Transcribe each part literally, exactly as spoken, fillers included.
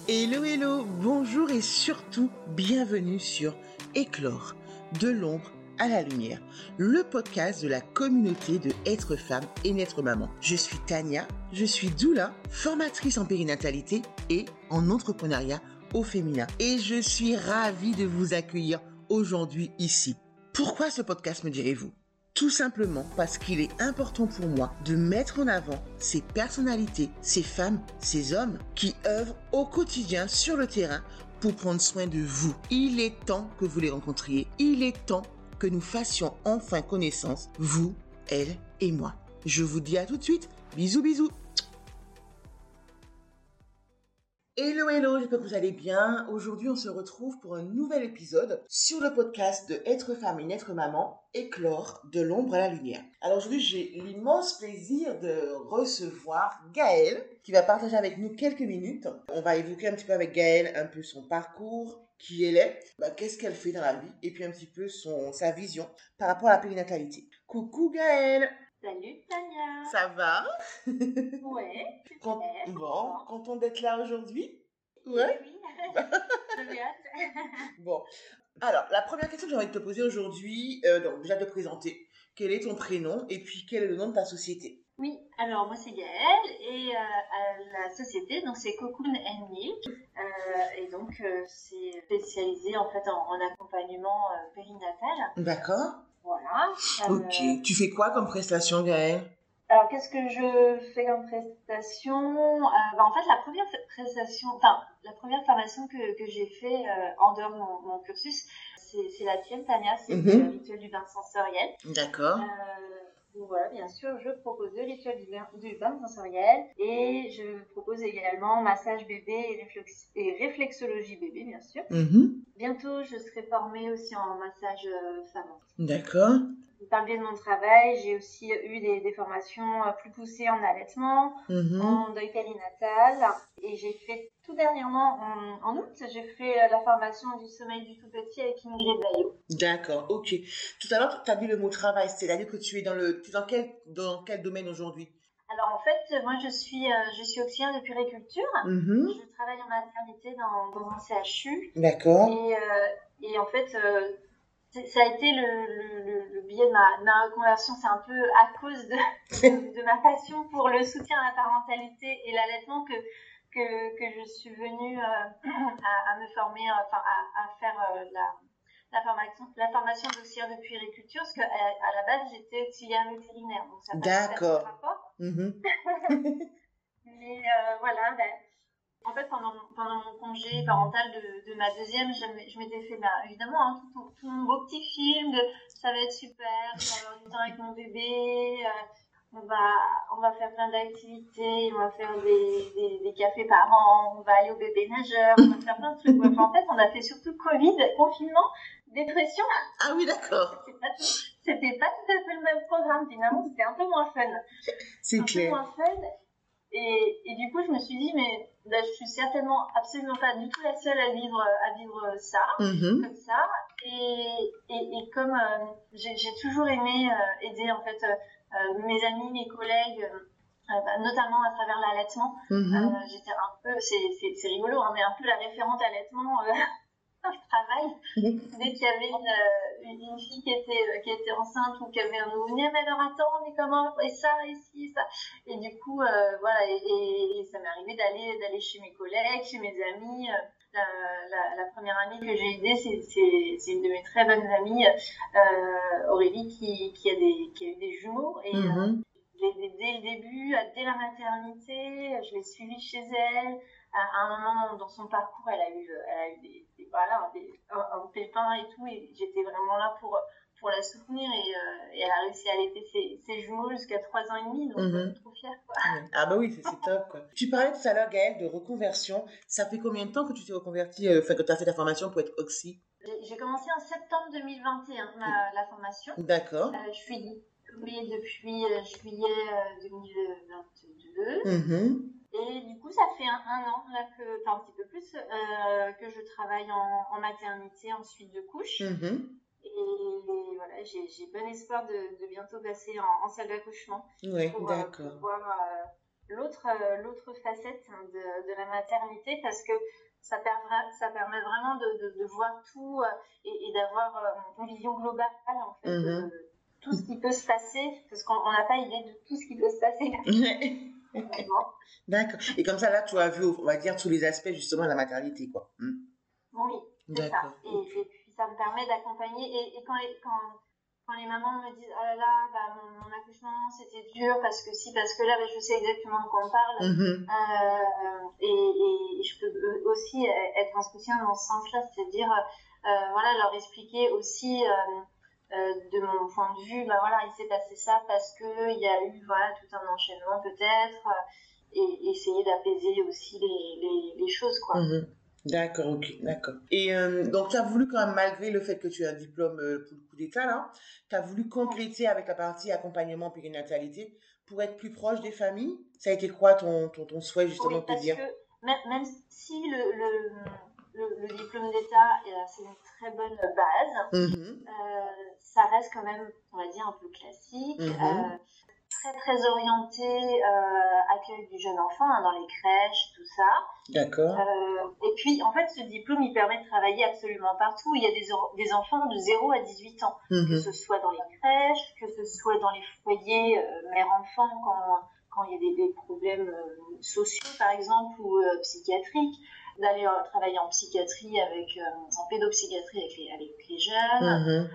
Hello hello, bonjour et surtout bienvenue sur Éclore, de l'ombre à la lumière, le podcast de la communauté de Être Femme et Naître Maman. Je suis Tania, je suis doula, formatrice en périnatalité et en entrepreneuriat au féminin. Et je suis ravie de vous accueillir aujourd'hui ici. Pourquoi ce podcast, me direz-vous ? Tout simplement parce qu'il est important pour moi de mettre en avant ces personnalités, ces femmes, ces hommes qui œuvrent au quotidien sur le terrain pour prendre soin de vous. Il est temps que vous les rencontriez. Il est temps que nous fassions enfin connaissance, vous, elle et moi. Je vous dis à tout de suite. Bisous, bisous. Hello, hello, j'espère que vous allez bien. Aujourd'hui, on se retrouve pour un nouvel épisode sur le podcast de Être Femme et Naître Maman, Éclore, de l'ombre à la lumière. Alors aujourd'hui, j'ai l'immense plaisir de recevoir Gaëlle, qui va partager avec nous quelques minutes. On va évoquer un petit peu avec Gaëlle un peu son parcours, qui elle est, bah, qu'est-ce qu'elle fait dans la vie, et puis un petit peu son, sa vision par rapport à la périnatalité. Coucou Gaëlle. Salut Tania. Ça va? Ouais, super. Con- Bon, content d'être là aujourd'hui? Ouais. Oui, oui. J'ai hâte. Bon, alors la première question que j'ai envie de te poser aujourd'hui, euh, donc déjà de te présenter. Quel est ton prénom et puis quel est le nom de ta société? Oui, alors moi c'est Gaëlle et euh, à la société, donc c'est Cocoon and Milk euh, et donc euh, c'est spécialisé en fait en, en accompagnement euh, périnatal. D'accord. Voilà. Euh, Ok. Tu fais quoi comme prestation, Gaëlle? Alors qu'est-ce que je fais comme prestation euh, bah, En fait la première prestation, enfin la première formation que, que j'ai fait euh, en dehors de mon, mon cursus, c'est, c'est la tienne Tania, c'est Mhm. le rituel du bain sensoriel. D'accord. Euh, donc voilà, bien sûr, je propose le rituel du bain, du bain sensoriel et je propose également massage bébé et, réflex, et réflexologie bébé, bien sûr. Mhm. Bientôt, je serai formée aussi en massage euh, femme. D'accord. Par le biais de mon travail, j'ai aussi eu des, des formations euh, plus poussées en allaitement, Mhm. en deuil périnatal et j'ai fait tout dernièrement en, en août, j'ai fait euh, la formation du sommeil du tout petit avec Ingrid Baillot. D'accord, ok. Tout à l'heure, tu as dit le mot travail, c'est-à-dire que tu es dans le, tu es dans quel, dans quel domaine aujourd'hui? Alors en fait, moi je suis, euh, je suis auxiliaire de puériculture. Mhm. Je travaille en maternité dans, dans un C H U. D'accord. Et, euh, et en fait, euh, ça a été le, le, le, le biais de ma, de ma reconversion. C'est un peu à cause de, de, de ma passion pour le soutien à la parentalité et l'allaitement que, que, que je suis venue euh, à, à me former, enfin à, à faire euh, la, la formation, la formation d'auxiliaire de puériculture, parce qu'à à la base, j'étais auxiliaire vétérinaire. Donc ça n'a pas tout à fait de rapport. Mhm. Mais euh, voilà, ben, en fait, pendant, pendant mon congé parental de, de ma deuxième, je, je m'étais fait, ben, évidemment, hein, tout, tout mon beau petit film de ça va être super, je vais avoir du temps avec mon bébé, euh, on, va, on va faire plein d'activités, on va faire des, des, des cafés par an, on va aller au bébé nageur, on va faire plein de trucs. Enfin, en fait, on a fait surtout Covid, confinement, dépression. Ah oui, d'accord. C'était pas, tout, c'était pas tout à fait le même programme, finalement, c'était un peu moins fun. C'est un clair. peu moins fun. Et, et du coup, je me suis dit, mais là, je suis certainement absolument pas du tout la seule à vivre, à vivre ça, Mhm. comme ça. Et, et, et comme euh, j'ai, j'ai toujours aimé euh, aider en fait euh, mes amis, mes collègues, euh, bah, notamment à travers l'allaitement, Mhm. euh, j'étais un peu, c'est, c'est, c'est rigolo, hein, mais un peu la référente allaitement. Euh, je travaille. Dès qu'il y avait une, une fille qui était, qui était enceinte ou qui avait un nouveau-né, mais alors attends, mais comment, et ça, et ci, et ça. Et du coup, euh, voilà, et, et, et ça m'est arrivé d'aller, d'aller chez mes collègues, chez mes amis. La, la, la première amie que j'ai aidée, c'est, c'est, c'est une de mes très bonnes amies, euh, Aurélie, qui, qui, a des, qui a eu des jumeaux. Et Mhm. euh, je l'ai aidée dès le début, dès la maternité, je l'ai suivie chez elle. À un moment dans son parcours, elle a eu, elle a eu des, des, voilà, des, un, un pépin et tout, et j'étais vraiment là pour, pour la soutenir, et, euh, et elle a réussi à allaiter ses, ses jumeaux jusqu'à trois ans et demi, donc Mhm. euh, trop fière, quoi. Ah bah oui, c'est, c'est top, quoi. Tu parlais tout à l'heure, Gaëlle, de reconversion. Ça fait combien de temps que tu t'es reconvertie, euh, enfin que tu as fait ta formation pour être oxy? J'ai, j'ai commencé en septembre deux mille vingt et un ma, la formation. D'accord. Euh, je suis diplômée depuis euh, juillet euh, deux mille vingt-deux. Mhm. Et du coup, ça fait un, un an, là, que, enfin un petit peu plus, euh, que je travaille en, en maternité en suite de couche. Mhm. Et voilà, j'ai, j'ai bon espoir de, de bientôt passer en, en salle d'accouchement Oui, pour euh, d'accord. pouvoir euh, l'autre, euh, l'autre facette de, de la maternité, parce que ça, permet, ça permet vraiment de, de, de voir tout euh, et, et d'avoir euh, une vision globale en fait, Mhm. de tout ce qui peut se passer, parce qu'on n'a pas idée de tout ce qui peut se passer. D'accord. Et comme ça, là, tu as vu, on va dire, tous les aspects, justement, de la maternité, quoi. Hmm. Oui, c'est ça. D'accord. Et, et puis, ça me permet d'accompagner. Et, et quand, les, quand, quand les mamans me disent « Oh là là, bah, mon, mon accouchement, c'était dur, parce que si, parce que là, bah, je sais exactement de quoi on parle. Mhm. Euh, et, et je peux aussi être un soutien dans ce sens-là, c'est-à-dire, euh, voilà, leur expliquer aussi... Euh, Euh, de mon point de vue, bah voilà, il s'est passé ça parce que il y a eu voilà tout un enchaînement peut-être, euh, et essayer d'apaiser aussi les, les, les choses quoi. Mhm. D'accord, ok, d'accord. Et euh, donc, tu as voulu quand même, malgré le fait que tu as un diplôme euh, pour le coup d'état, là, tu as voulu compléter avec la partie accompagnement périnatalité pour être plus proche des familles. Ça a été quoi ton, ton, ton souhait, justement, Oui, de te parce dire? que même, même si le, le, le, le diplôme d'état, euh, c'est une très bonne base, Mhm. euh, ça reste quand même, on va dire, un peu classique. Mhm. Euh, très très orienté euh, accueil du jeune enfant hein, dans les crèches, tout ça. D'accord. Euh, et puis en fait ce diplôme il permet de travailler absolument partout. Il y a des, des enfants de zéro à dix-huit ans, Mhm. que ce soit dans les crèches, que ce soit dans les foyers euh, mère-enfant quand, quand il y a des, des problèmes euh, sociaux par exemple ou euh, psychiatriques, d'aller euh, travailler en psychiatrie avec euh, en pédopsychiatrie avec les, avec les jeunes. Mhm.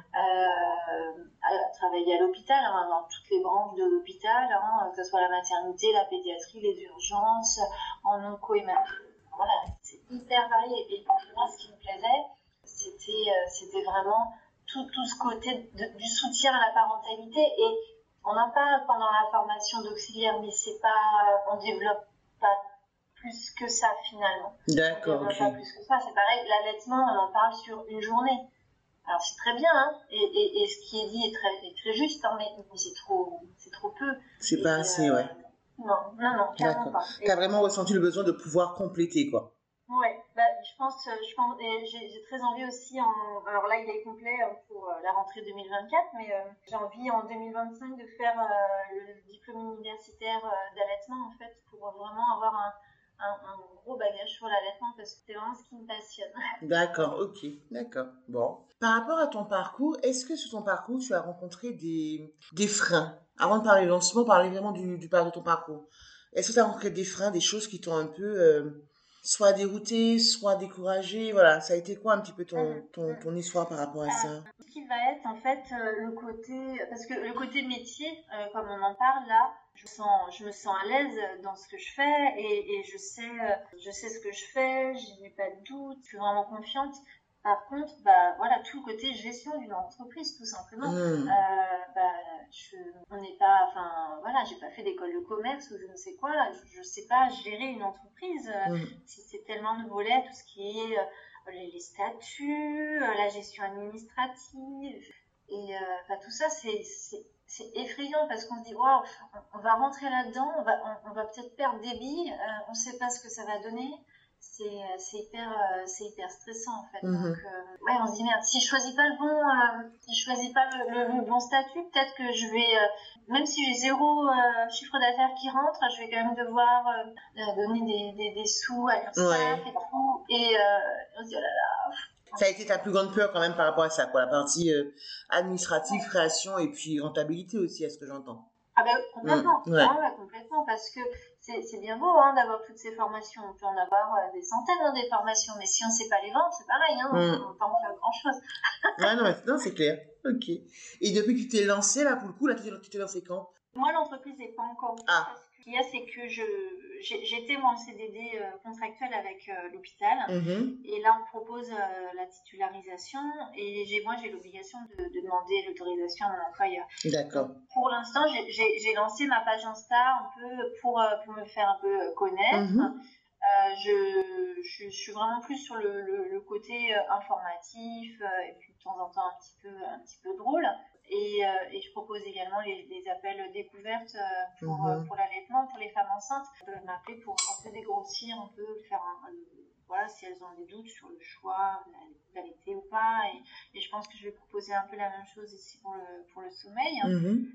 Euh, à travailler à l'hôpital, hein, dans toutes les branches de l'hôpital, hein, que ce soit la maternité, la pédiatrie, les urgences, en onco et voilà, c'est hyper varié. Et moi, ce qui me plaisait, c'était, euh, c'était vraiment tout, tout ce côté de, du soutien à la parentalité. Et on en parle pendant la formation d'auxiliaire, mais c'est pas, on développe pas plus que ça finalement. D'accord, on développe ok. pas plus que ça. C'est pareil, l'allaitement, on en parle sur une journée. Alors c'est très bien, hein, et, et, et ce qui est dit est très, est très juste, hein, mais, mais c'est trop, c'est trop peu. C'est pas et, assez, euh, ouais. Non, non, non, clairement D'accord. pas. Tu as vraiment ressenti le besoin de pouvoir compléter, quoi. Ouais, bah, je pense, je pense, et j'ai, j'ai très envie aussi en, alors là il est complet pour la rentrée deux mille vingt-quatre, mais euh, j'ai envie en deux mille vingt-cinq de faire euh, le diplôme universitaire euh, d'allaitement en fait, pour vraiment avoir un, un, un gros bagage sur l'allaitement parce que c'est vraiment ce qui me passionne. D'accord, ok, d'accord. Bon. Par rapport à ton parcours, est-ce que sur ton parcours, tu as rencontré des, des freins? Avant de parler lancement, parler vraiment du, du part de ton parcours. Est-ce que tu as rencontré des freins, des choses qui t'ont un peu euh, soit dérouté, soit découragé? Voilà, ça a été quoi un petit peu ton, ton, ton histoire par rapport à ça? Euh, ce qui va être en fait euh, le côté, parce que le côté métier, euh, comme on en parle là, je, sens, je me sens à l'aise dans ce que je fais et, et je sais, euh, je sais ce que je fais, je n'ai pas de doute, je suis vraiment confiante. Par contre, bah voilà, tout le côté gestion d'une entreprise, tout simplement. Hmm. Euh, bah, je, on n'est pas, enfin voilà, j'ai pas fait d'école de commerce ou je ne sais quoi. Je, je sais pas gérer une entreprise. Euh, Hmm. si c'est tellement de volets, tout ce qui est euh, les, les statuts, euh, la gestion administrative, et euh, bah, tout ça, c'est, c'est, c'est effrayant parce qu'on se dit, waouh, on, on va rentrer là-dedans, on va, on, on va peut-être perdre des billes, euh, on ne sait pas ce que ça va donner. C'est, c'est hyper, euh, c'est hyper stressant en fait. Mhm. Donc, euh, ouais, on se dit merde, si je choisis pas le bon, euh, si je choisis pas le, le, le bon statut, peut-être que je vais, euh, même si j'ai zéro euh, chiffre d'affaires qui rentre, je vais quand même devoir euh, donner des, des, des sous à l'URSSAF Ouais. et tout. Et euh, on se dit oh là là. Ça a été ta plus grande peur quand même par rapport à ça, quoi. La partie euh, administrative, création et puis rentabilité aussi, à ce que j'entends. Ah ben complètement, Mmh, ouais. ah ouais, complètement, parce que c'est, c'est bien beau hein, d'avoir toutes ces formations, on peut en avoir euh, des centaines hein, des formations, mais si on ne sait pas les vendre, c'est pareil, hein, Mmh. on ne peut pas en faire grand-chose. Ouais, non, mais, non, c'est clair. Ok. Et depuis que tu t'es lancé, là, pour le coup, là, tu t'es, tu t'es lancé quand? Moi, l'entreprise n'est pas encore ouverte. Ah. Parce que ce qu'il y a, c'est que je, j'ai, j'étais moi en C D D euh, contractuel avec euh, l'hôpital. Mhm. Et là, on propose euh, la titularisation. Et j'ai, moi, j'ai l'obligation de, de demander l'autorisation à mon employeur. D'accord. Donc, pour l'instant, j'ai, j'ai, j'ai lancé ma page Insta un peu pour, euh, pour me faire un peu connaître. Mhm. Euh, je, je, je suis vraiment plus sur le, le, le côté euh, informatif euh, et puis de temps en temps un petit peu, un petit peu drôle. Et, euh, et je propose également les, les appels découvertes euh, pour, Mhm. euh, pour l'allaitement, pour les femmes enceintes. Elles peuvent m'appeler pour un peu dégrossir, un peu faire un, un, voilà, si elles ont des doutes sur le choix d'allaiter ou pas. Et, et je pense que je vais proposer un peu la même chose ici pour le, pour le sommeil. Mhm.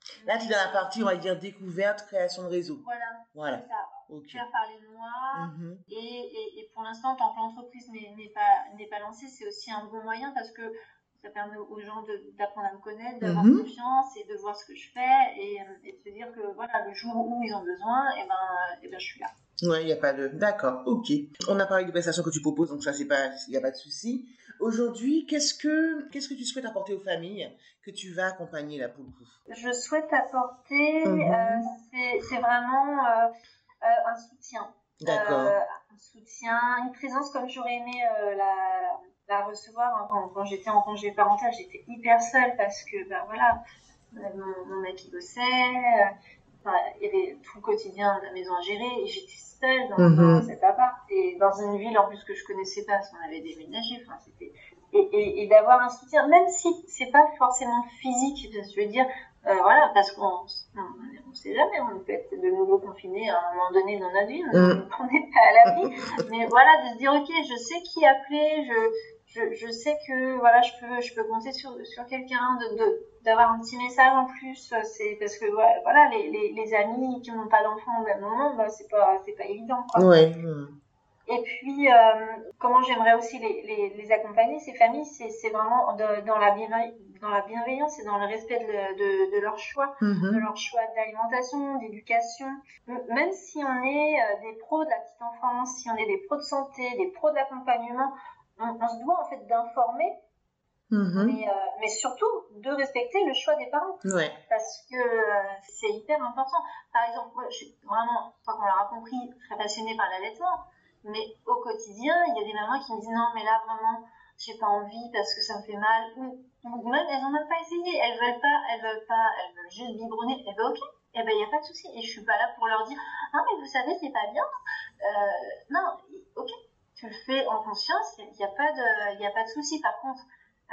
Là, tu es dans la partie, on va dire, découverte, création de réseau. Voilà, voilà. C'est ça. Okay. Faire parler de moi. Mm-hmm. Et, et, et pour l'instant, tant que l'entreprise n'est, n'est, pas, n'est pas lancée, c'est aussi un bon moyen parce que ça permet aux gens de, d'apprendre à me connaître, d'avoir mm-hmm. confiance et de voir ce que je fais et, et de se dire que voilà, le jour où ils ont besoin, et ben, et ben, je suis là. Ouais, il n'y a pas de... D'accord, ok. On a parlé des prestations que tu proposes, donc ça, c'est pas... il n'y a pas de souci. Aujourd'hui, qu'est-ce que... qu'est-ce que tu souhaites apporter aux familles que tu vas accompagner là pour le coup? Je souhaite apporter, mm-hmm. euh, c'est, c'est vraiment euh, euh, un soutien. D'accord. Euh, un soutien, une présence comme j'aurais aimé euh, la, la recevoir. Quand, quand j'étais en congé parental, j'étais hyper seule parce que, ben voilà, mon, mon mec il bossait, euh, enfin, il y avait tout le quotidien de la maison à gérer et j'étais seule dans, mm-hmm. dans cet appart et dans une ville en plus que je connaissais pas parce qu'on avait déménagé. Enfin, c'était et, et, et d'avoir un soutien, même si c'est pas forcément physique, je veux dire, euh, voilà, parce qu'on on, on sait jamais, on peut être de nouveau confiné à un moment donné dans notre vie, mm. on n'est pas à l'abri, mais voilà, de se dire ok, je sais qui appeler, je je, je sais que voilà, je peux je peux compter sur sur quelqu'un, de, de d'avoir un petit message en plus, c'est parce que voilà, les les, les amis qui n'ont pas d'enfants au même moment, bah c'est pas c'est pas évident quoi. Ouais. Et puis, euh, comment j'aimerais aussi les, les, les accompagner, ces familles, c'est, c'est vraiment de, dans, la dans la bienveillance et dans le respect de, de, de leur choix, mm-hmm. de leur choix d'alimentation, d'éducation. Même si on est des pros de la petite enfance, si on est des pros de santé, des pros de l'accompagnement, on, on se doit en fait d'informer, mm-hmm. mais, euh, mais surtout de respecter le choix des parents. Ouais. Parce que euh, c'est hyper important. Par exemple, moi, je suis vraiment, je crois qu'on l'aura compris, très passionnée par l'allaitement. Mais au quotidien, il y a des mamans qui me disent non, mais là vraiment, j'ai pas envie parce que ça me fait mal. Ou même elles ont même pas essayé, elles veulent pas, elles veulent pas, elles veulent juste biberonner. Et ben ok, et ben il y a pas de souci. Et je suis pas là pour leur dire ah mais vous savez c'est pas bien. Euh, non, ok, tu le fais en conscience, il y a pas de, il y a pas de souci. Par contre,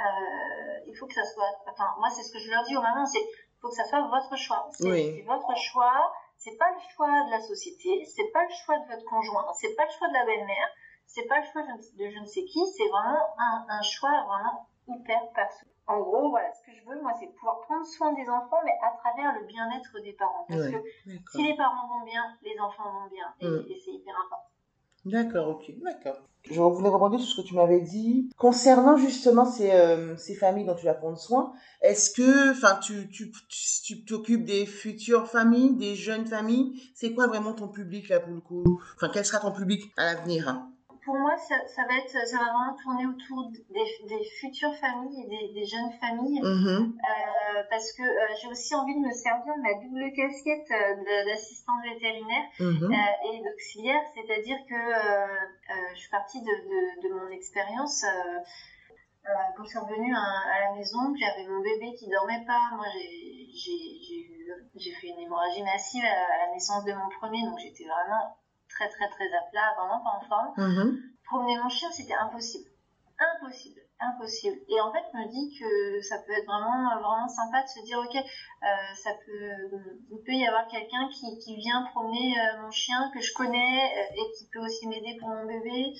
euh, il faut que ça soit, enfin moi c'est ce que je leur dis aux mamans, c'est il faut que ça soit votre choix. C'est, oui. c'est votre choix. C'est pas le choix de la société, c'est pas le choix de votre conjoint, c'est pas le choix de la belle-mère, c'est pas le choix de je ne sais qui, c'est vraiment un, un choix vraiment hyper personnel. En gros, voilà, ce que je veux, moi, c'est pouvoir prendre soin des enfants, mais à travers le bien-être des parents. Parce ouais, que d'accord. Si les parents vont bien, les enfants vont bien, et, mmh. et c'est hyper important. D'accord, ok, d'accord. Je voulais rebondir sur ce que tu m'avais dit. Concernant justement ces, euh, ces familles dont tu vas prendre soin, est-ce que enfin, tu, tu, tu, tu t'occupes des futures familles, des jeunes familles? C'est quoi vraiment ton public là pour le coup? Enfin, quel sera ton public à l'avenir, hein? Pour moi, ça, ça, va être, ça va vraiment tourner autour des, des futures familles et des, des jeunes familles. Mm-hmm. Euh, parce que euh, j'ai aussi envie de me servir de ma double casquette euh, d'assistante vétérinaire mm-hmm. euh, et d'auxiliaire. C'est-à-dire que euh, euh, je suis partie de, de, de mon expérience. Euh, euh, quand je suis revenue à, à la maison, j'avais mon bébé qui dormait pas. Moi, j'ai, j'ai, j'ai, eu, j'ai fait une hémorragie massive à, à la naissance de mon premier. Donc, j'étais vraiment très très très à plat, vraiment pas en forme. Mm-hmm. Promener mon chien, c'était impossible. Impossible, impossible. Et en fait, je me dis que ça peut être vraiment, vraiment sympa de se dire, ok, euh, ça peut, il peut y avoir quelqu'un qui, qui vient promener euh, mon chien que je connais euh, et qui peut aussi m'aider pour mon bébé.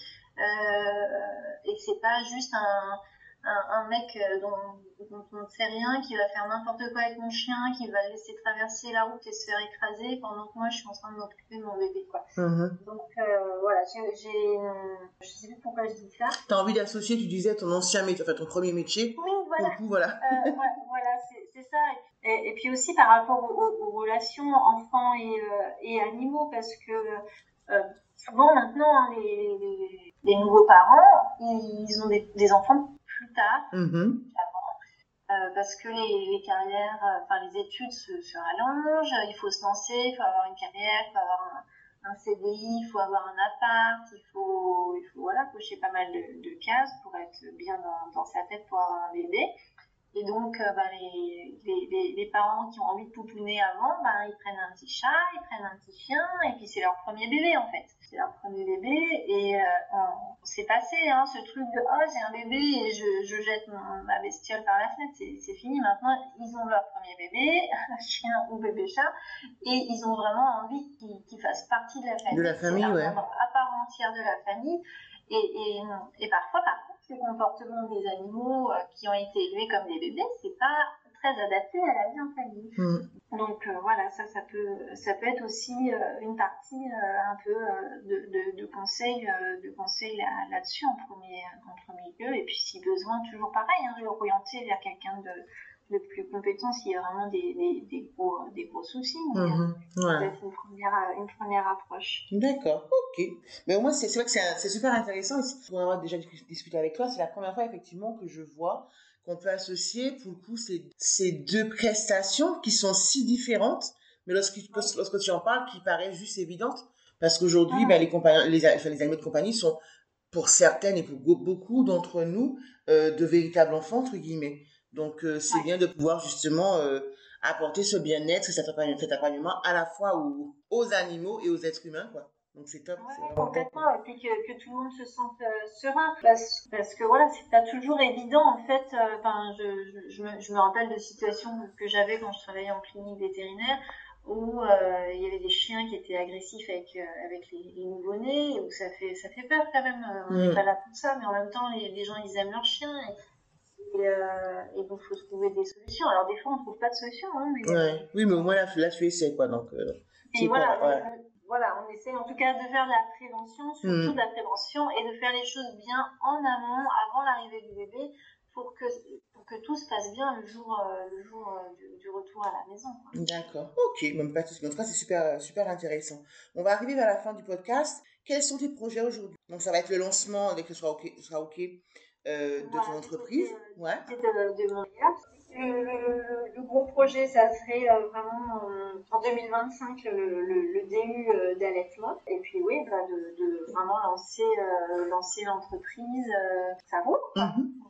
Euh, et que c'est pas juste un, un, un mec dont, dont on ne sait rien, qui va faire n'importe quoi avec mon chien, qui va le laisser traverser la route et se faire écraser pendant que moi je suis en train de m'occuper de mon bébé, quoi. Mm-hmm. Donc euh, voilà, j'ai, j'ai, je sais plus pourquoi je dis ça. T'as envie d'associer, tu disais, ton ancien métier, enfin ton premier métier. Oui, voilà. Coup, voilà. euh, ouais, voilà, c'est, c'est ça. Et, et puis aussi par rapport aux, aux, aux relations enfants et, euh, et animaux, parce que euh, souvent maintenant les, les, les nouveaux parents, ils ont des, des enfants plus tard, mm-hmm. avant, euh, parce que les, les carrières, enfin les études se, se rallongent, il faut se lancer, il faut avoir une carrière, il faut avoir un, un C D I, il faut avoir un appart, il faut, il faut voilà, cocher pas mal de, de cases pour être bien dans, dans sa tête pour avoir un bébé. Et donc, euh, bah, les, les, les, les parents qui ont envie de poupouner avant, bah, ils prennent un petit chat, ils prennent un petit chien, et puis c'est leur premier bébé en fait. C'est leur premier bébé, et euh, on, c'est passé, hein, ce truc de « oh, j'ai un bébé et je, je jette mon, ma bestiole par la fenêtre », c'est, c'est fini. Maintenant, ils ont leur premier bébé, chien ou bébé chat, et ils ont vraiment envie qu'ils, qu'ils fassent partie de la famille. De la famille, c'est ouais. un membre à part entière de la famille. Et, et, et parfois, par contre, les comportements des animaux euh, qui ont été élevés comme des bébés, c'est pas très adaptée à la vie en famille. Mmh. Donc euh, voilà, ça, ça peut, ça peut être aussi euh, une partie euh, un peu euh, de, de, de conseils, euh, de conseils là, là-dessus en premier, en premier lieu. Et puis si besoin, toujours pareil, hein, l'orienter vers quelqu'un de, de plus compétent s'il y a vraiment des, des, des, gros, des gros soucis. Mais, Mmh. ça Ouais. peut être une première, une première approche. D'accord, ok. Mais au moins, c'est, c'est vrai que c'est, un- c'est super intéressant. Et pour avoir déjà discuté avec toi, c'est la première fois effectivement que je vois qu'on peut associer, pour le coup, ces, ces deux prestations qui sont si différentes, mais lorsque, Oui. lorsque tu en parles, qui paraissent juste évidentes. Parce qu'aujourd'hui, Ah, ben, les, compagnons, les, enfin, les animaux de compagnie sont, pour certaines et pour beaucoup d'entre nous, euh, de véritables enfants, entre guillemets. Donc, euh, c'est ouais. bien de pouvoir justement euh, apporter ce bien-être, cet accompagnement, cet accompagnement à la fois aux, aux animaux et aux êtres humains, quoi. Donc, c'est top, Ouais, c'est ouais, vraiment top. complètement. Et puis que, que tout le monde se sente euh, serein. Parce, parce que voilà, c'est pas toujours évident en fait. Enfin, je, je, je, me, je me rappelle de situations que j'avais quand je travaillais en clinique vétérinaire où euh, il y avait des chiens qui étaient agressifs avec, euh, avec les, les nouveau-nés, et où ça fait, ça fait peur quand même. On n'est Mm. pas là pour ça, mais en même temps, les, les gens ils aiment leurs chiens. Et, et, euh, et donc, il faut trouver des solutions. Alors, des fois, on trouve pas de solution, hein, mais. Ouais. Oui, mais au moins là, là tu essaies, quoi. Donc, euh, Et c'est pas voilà, mal. le, Ouais. le, voilà, on essaie en tout cas de faire de la prévention, surtout Mm. de la prévention, et de faire les choses bien en amont, avant l'arrivée du bébé, pour que, pour que tout se passe bien le jour, euh, le jour euh, du, du retour à la maison, quoi. D'accord. Ok, même pas de souci. En tout cas, c'est super, super intéressant. On va arriver vers la fin du podcast. Quels sont tes projets aujourd'hui? Donc, ça va être le lancement dès que ce sera ok, ce sera ok euh, de ton Voilà, du côté, entreprise. euh, Ouais. du côté de, de mon gars. Le, le, le gros projet, ça serait euh, vraiment euh, en deux mille vingt-cinq le, le, le début euh, d'Allaitement. Et puis oui, bah, de, de vraiment lancer, euh, lancer l'entreprise. Euh, ça roule, quoi. Mhm.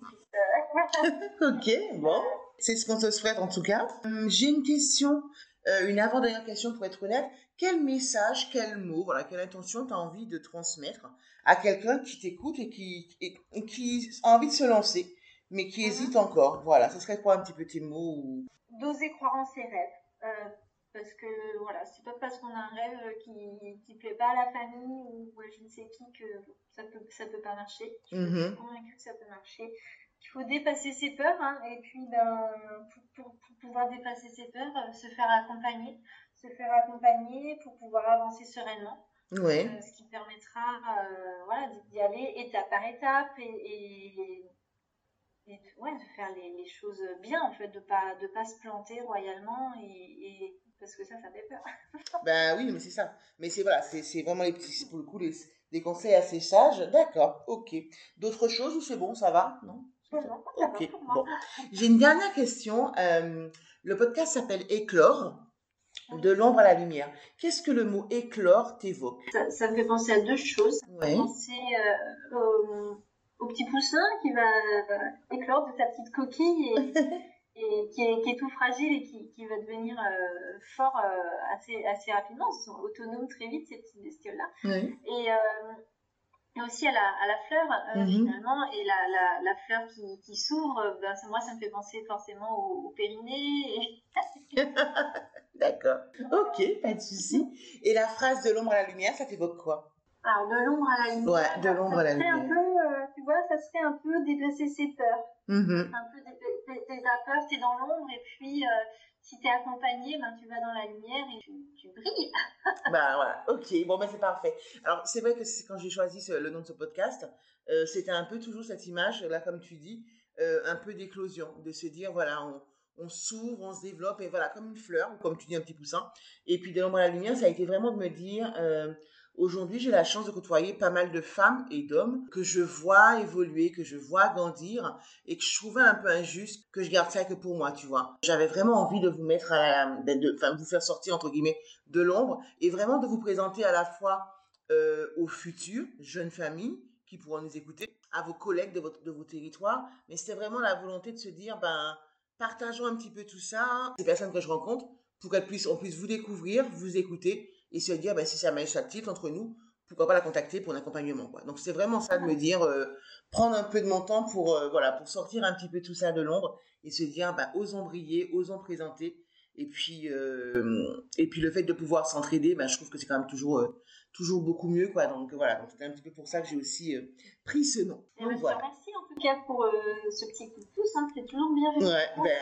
Euh, Ok, bon. C'est ce qu'on te souhaite en tout cas. Hum, J'ai une question, euh, une avant-dernière question pour être honnête. Quel message, quel mot, voilà, quelle intention tu as envie de transmettre à quelqu'un qui t'écoute et qui, et, et qui a envie de se lancer, mais qui hésite Mhm. encore? Voilà, ce serait quoi un petit peu tes mots ou... D'oser croire en ses rêves. Euh, parce que voilà, c'est pas parce qu'on a un rêve qui, qui plaît pas à la famille ou à je ne sais qui que ça peut, ça peut pas marcher. Je, je suis Mhm. convaincue que ça peut marcher. Il faut dépasser ses peurs, hein, et puis ben, pour, pour, pour pouvoir dépasser ses peurs, euh, se faire accompagner, se faire accompagner pour pouvoir avancer sereinement. Ouais. Euh, ce qui permettra euh, voilà, d'y aller étape par étape et, et, et de, ouais, de faire les, les choses bien, en fait, de pas, de pas se planter royalement, et, et parce que ça, ça fait peur. Ben oui, mais c'est ça. Mais c'est voilà, c'est c'est vraiment les petits, c'est pour le coup, les, les conseils assez sages. D'accord, ok. D'autres choses ou c'est bon, ça va? Non? C'est Non, ça. non, ça va Ok, pour moi. bon. J'ai une dernière question. Euh, le podcast s'appelle Éclore, de Oui. l'ombre à la lumière. Qu'est-ce que le mot éclore t'évoque? Ça, ça me fait penser à deux choses. Ça me fait Ouais. penser euh, au, au petit poussin qui va euh, éclore de sa petite coquille et, et qui, est, qui est tout fragile et qui, qui va devenir euh, fort euh, assez, assez rapidement. Ils sont autonomes très vite, ces petites bestioles-là. Ouais. Et, euh, et aussi à la, à la fleur, euh, Mhm. finalement, et la, la, la fleur qui, qui s'ouvre, ben, ça, moi, ça me fait penser forcément au, au périnée. Et... D'accord. Ok, pas de souci. Et la phrase de l'ombre à la lumière, ça t'évoque quoi? Alors, de l'ombre à la lumière, Ouais, de ben, l'ombre ça à la serait un lumière. peu, euh, tu vois, ça serait un peu dépasser ses peurs. Mhm. Un peu, t'es t'as peur, t'es dans l'ombre, et puis euh, si t'es accompagné, ben, tu vas dans la lumière et tu, tu brilles. Bah voilà, ok, bon ben c'est parfait. Alors c'est vrai que c'est quand j'ai choisi ce- le nom de ce podcast, euh, c'était un peu toujours cette image, là comme tu dis, euh, un peu d'éclosion, de se dire voilà, on, on s'ouvre, on se développe, et voilà, comme une fleur, ou comme tu dis, un petit poussin. Et puis de l'ombre à la lumière, ça a été vraiment de me dire, euh, aujourd'hui j'ai la chance de côtoyer pas mal de femmes et d'hommes que je vois évoluer, que je vois grandir, et que je trouvais un peu injuste que je garde ça que pour moi, tu vois. J'avais vraiment envie de vous mettre à la, de, de, enfin, vous faire sortir, entre guillemets, de l'ombre et vraiment de vous présenter à la fois euh, aux futures jeunes familles qui pourront nous écouter, à vos collègues de, votre, de vos territoires, mais c'était vraiment la volonté de se dire, ben, partageons un petit peu tout ça, ces personnes que je rencontre, pour qu'elles puissent, on puisse vous découvrir, vous écouter, et se dire, ben, si ça marche actif entre nous, pourquoi pas la contacter pour un accompagnement, quoi. Donc c'est vraiment ça de me dire, euh, prendre un peu de mon temps pour, euh, voilà, pour sortir un petit peu tout ça de l'ombre, et se dire, ben, osons briller, osons présenter, et puis, euh, et puis le fait de pouvoir s'entraider, ben, je trouve que c'est quand même toujours, euh, toujours beaucoup mieux, quoi. Donc voilà, donc c'est un petit peu pour ça que j'ai aussi euh, pris ce nom. Et Donc ben, je te voilà. remercie en tout cas pour euh, ce petit coup de pouce, hein, c'est toujours bienvenu. Ouais, ben,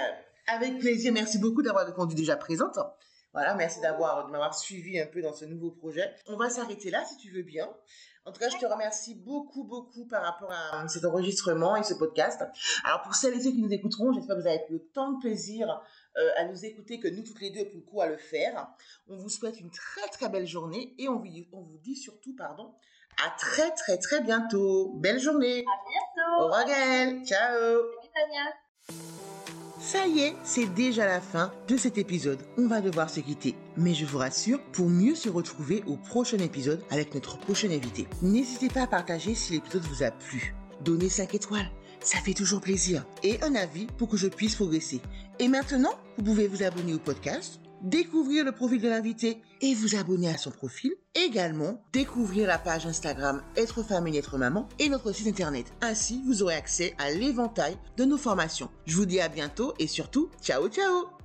Avec plaisir, merci beaucoup d'avoir répondu déjà présente. Voilà, merci d'avoir, de m'avoir suivi un peu dans ce nouveau projet. On va s'arrêter là si tu veux bien. En tout cas, je te remercie beaucoup, beaucoup par rapport à cet enregistrement et ce podcast. Alors, pour celles et ceux qui nous écouteront, j'espère que vous avez pris autant de plaisir euh, à nous écouter que nous toutes les deux, pour le coup, à le faire. On vous souhaite une très, très belle journée et on vous, on vous dit surtout, pardon, à très, très, très bientôt. Belle journée. À bientôt. Au revoir, Gaëlle. Ciao. Salut, Tania. Ça y est, c'est déjà la fin de cet épisode. On va devoir se quitter. Mais je vous rassure, pour mieux se retrouver au prochain épisode avec notre prochain invité. N'hésitez pas à partager si l'épisode vous a plu. Donnez cinq étoiles, ça fait toujours plaisir. Et un avis pour que je puisse progresser. Et maintenant, vous pouvez vous abonner au podcast, découvrir le profil de l'invité et vous abonner à son profil. Également, découvrir la page Instagram Être Femme et Être Maman et notre site internet. Ainsi, vous aurez accès à l'éventail de nos formations. Je vous dis à bientôt et surtout, ciao ciao!